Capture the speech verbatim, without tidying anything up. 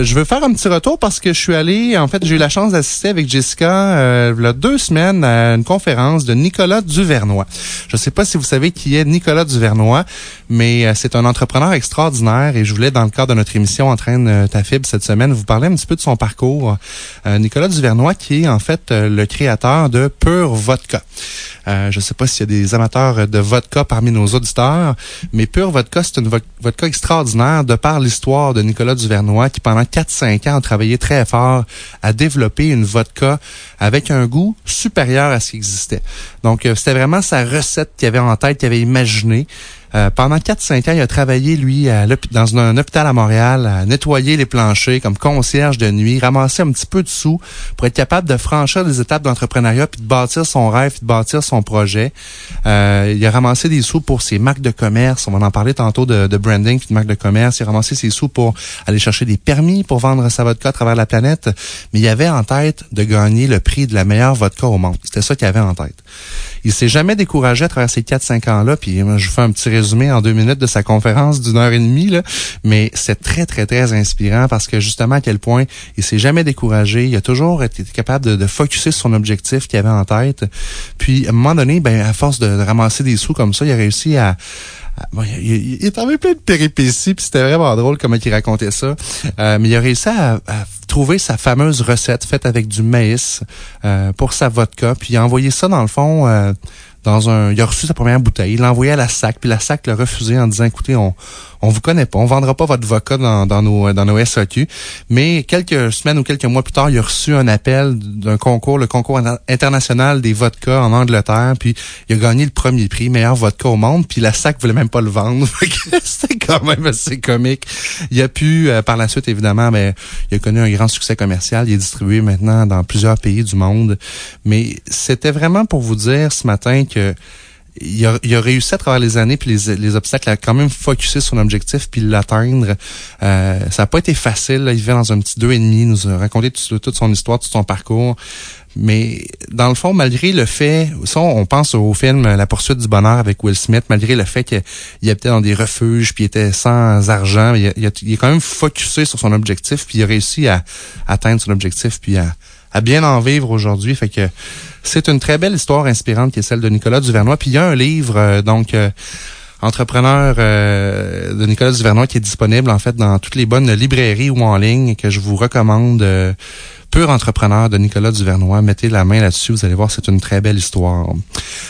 Je veux faire un petit retour parce que je suis allé, en fait, j'ai eu la chance d'assister avec Jessica euh, il y a deux semaines à une conférence de Nicolas Duvernois. Je ne sais pas si vous savez qui est Nicolas Duvernois, mais euh, c'est un entrepreneur extraordinaire et je voulais, dans le cadre de notre émission Entraîne euh, ta fibre cette semaine, vous parler un petit peu de son parcours. Euh, Nicolas Duvernois qui est en fait euh, le créateur de Pure Vodka. Euh, je ne sais pas s'il y a des amateurs de vodka parmi nos auditeurs, mais Pure Vodka, c'est une vo- vodka extraordinaire de par l'histoire de Nicolas Duvernois qui, pendant quatre à cinq ans, a travaillé très fort à développer une vodka avec un goût supérieur à ce qui existait. Donc, euh, c'était vraiment sa recette qu'il avait en tête, qu'il avait imaginée. Euh, pendant quatre à cinq ans, il a travaillé, lui, à dans un hôpital à Montréal, à nettoyer les planchers comme concierge de nuit, ramasser un petit peu de sous pour être capable de franchir les étapes d'entrepreneuriat puis de bâtir son rêve, puis de bâtir son projet. Euh, il a ramassé des sous pour ses marques de commerce. On va en parler tantôt de, de branding puis de marques de commerce. Il a ramassé ses sous pour aller chercher des permis pour vendre sa vodka à travers la planète. Mais il avait en tête de gagner le prix de la meilleure vodka au monde. C'était ça qu'il avait en tête. Il s'est jamais découragé à travers ces quatre à cinq ans-là. Puis moi, je vous fais un petit résumé en deux minutes de sa conférence d'une heure et demie, là. Mais c'est très, très, très inspirant parce que justement, à quel point il s'est jamais découragé. Il a toujours été capable de, de focusser sur son objectif qu'il avait en tête. Puis, à un moment donné, ben, à force de, de ramasser des sous comme ça, il a réussi à... à bon, il, il, il est tombé plein de péripéties, puis c'était vraiment drôle comment il racontait ça. Euh, mais il a réussi à, à trouver sa fameuse recette faite avec du maïs euh, pour sa vodka. Puis il a envoyé ça, dans le fond... Euh, dans un, il a reçu sa première bouteille, il l'a envoyé à la S A C, puis la S A C l'a refusé en disant, écoutez, on, on vous connaît pas, on vendra pas votre vodka dans, dans nos, dans nos S A Q. Mais quelques semaines ou quelques mois plus tard, il a reçu un appel d'un concours, le concours international des vodkas en Angleterre, puis il a gagné le premier prix, meilleur vodka au monde, puis la S A C voulait même pas le vendre. C'était quand même assez comique. Il a pu, euh, par la suite, évidemment, mais il a connu un grand succès commercial. Il est distribué maintenant dans plusieurs pays du monde. Mais c'était vraiment pour vous dire ce matin que il a, il a réussi à travers les années puis les, les obstacles à quand même focusser sur son objectif puis l'atteindre. Euh, ça n'a pas été facile. Là. Il vivait dans un petit deux et demi, il nous a raconté tout, toute son histoire, tout son parcours. Mais dans le fond, malgré le fait, ça, on pense au film La poursuite du bonheur avec Will Smith, malgré le fait qu'il habitait dans des refuges puis il était sans argent, il, a, il, a, il est quand même focusé sur son objectif puis il a réussi à, à atteindre son objectif puis à, à bien en vivre aujourd'hui. Fait que c'est une très belle histoire inspirante qui est celle de Nicolas Duvernois. Puis il y a un livre, euh, donc euh, entrepreneur euh, de Nicolas Duvernois qui est disponible en fait dans toutes les bonnes librairies ou en ligne que je vous recommande. Euh, Pure Entrepreneur de Nicolas Duvernois. Mettez la main là-dessus, vous allez voir, c'est une très belle histoire.